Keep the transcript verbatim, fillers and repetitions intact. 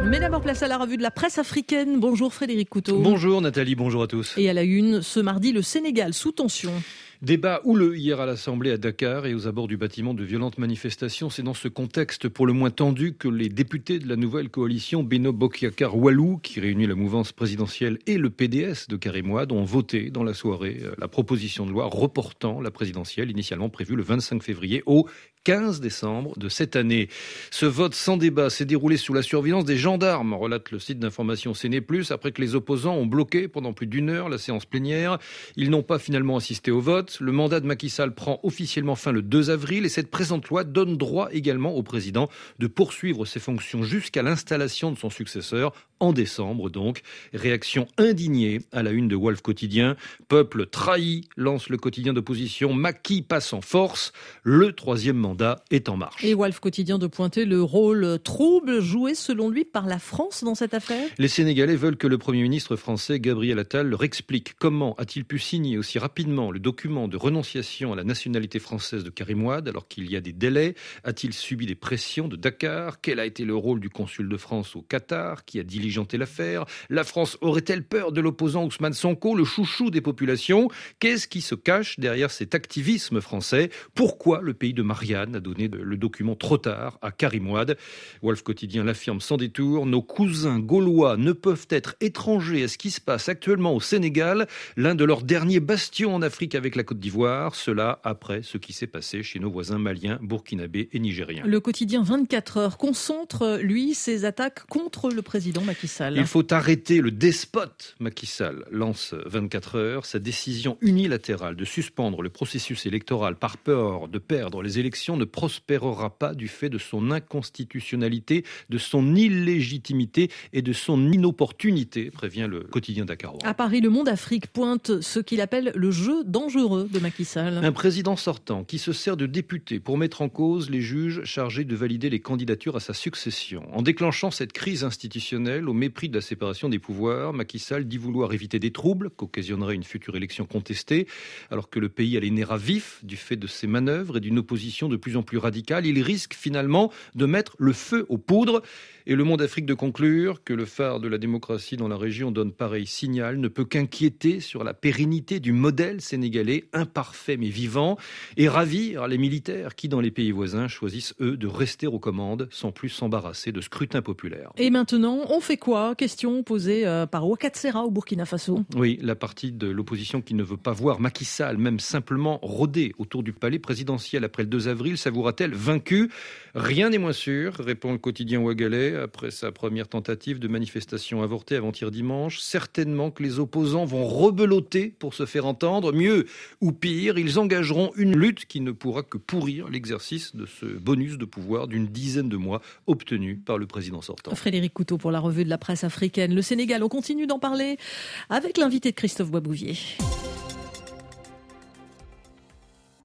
Mais d'abord, place à la revue de la presse africaine. Bonjour Frédéric Couteau. Bonjour Nathalie, bonjour à tous. Et à la une, ce mardi, le Sénégal sous tension. Débat houleux hier à l'Assemblée à Dakar et aux abords du bâtiment de violentes manifestations. C'est dans ce contexte pour le moins tendu que les députés de la nouvelle coalition Benno Bokk Yakaar Wallu, qui réunit la mouvance présidentielle et le P D S de Karim Wade, ont voté dans la soirée la proposition de loi reportant la présidentielle initialement prévue le vingt-cinq février au quinze décembre de cette année. Ce vote sans débat s'est déroulé sous la surveillance des gendarmes, relate le site d'information Séné plus, après que les opposants ont bloqué pendant plus d'une heure la séance plénière. Ils n'ont pas finalement assisté au vote. Le mandat de Macky Sall prend officiellement fin le deux avril et cette présente loi donne droit également au président de poursuivre ses fonctions jusqu'à l'installation de son successeur en décembre donc. Réaction indignée à la une de Walf Quotidien. Peuple trahi, lance le quotidien d'opposition. Macky passe en force. Le troisième mandat est en marche. Et Walf Quotidien de pointer le rôle trouble joué selon lui par la France dans cette affaire. Les Sénégalais veulent que le Premier ministre français Gabriel Attal leur explique comment a-t-il pu signer aussi rapidement le document de renonciation à la nationalité française de Karim Wade alors qu'il y a des délais. A-t-il subi des pressions de Dakar? Quel a été le rôle du consul de France au Qatar qui a diligenté l'affaire? La France aurait-elle peur de l'opposant Ousmane Sonko, le chouchou des populations? Qu'est-ce qui se cache derrière cet activisme français? Pourquoi le pays de Marianne a donné le document trop tard à Karim Wade? Walf Quotidien l'affirme sans détour. Nos cousins gaulois ne peuvent être étrangers à ce qui se passe actuellement au Sénégal, l'un de leurs derniers bastions en Afrique avec la Côte d'Ivoire. Cela après ce qui s'est passé chez nos voisins maliens, burkinabés et nigériens. Le quotidien vingt-quatre heures concentre, lui, ses attaques contre le président Macky Sall. Il faut arrêter le despote Macky Sall, lance vingt-quatre heures. Sa décision unilatérale de suspendre le processus électoral par peur de perdre les élections ne prospérera pas du fait de son inconstitutionnalité, de son illégitimité et de son inopportunité, prévient le quotidien dakarois. À Paris, le Monde Afrique pointe ce qu'il appelle le jeu dangereux de Macky Sall. Un président sortant qui se sert de députés pour mettre en cause les juges chargés de valider les candidatures à sa succession. En déclenchant cette crise institutionnelle au mépris de la séparation des pouvoirs, Macky Sall dit vouloir éviter des troubles qu'occasionnerait une future élection contestée. Alors que le pays a les nerfs à vif du fait de ses manœuvres et d'une opposition de plus en plus radicale, il risque finalement de mettre le feu aux poudres. Et le Monde Afrique de conclure que le phare de la démocratie dans la région donne pareil signal, ne peut qu'inquiéter sur la pérennité du modèle sénégalais, imparfait mais vivant, et ravir les militaires qui, dans les pays voisins, choisissent eux de rester aux commandes sans plus s'embarrasser de scrutin populaire. Et maintenant, on fait quoi? Question posée par Ouagattara au Burkina Faso. Oui, la partie de l'opposition qui ne veut pas voir Macky Sall, même simplement rôder autour du palais présidentiel après le deux avril, s'avouera-t-elle vaincue? Rien n'est moins sûr, répond le quotidien ouagalais, après sa première tentative de manifestation avortée avant-hier dimanche. Certainement que les opposants vont rebeloter pour se faire entendre. Mieux ou pire, ils engageront une lutte qui ne pourra que pourrir l'exercice de ce bonus de pouvoir d'une dizaine de mois obtenu par le président sortant. Frédéric Couteau pour la revue de la presse africaine. Le Sénégal, on continue d'en parler avec l'invité de Christophe Boisbouvier.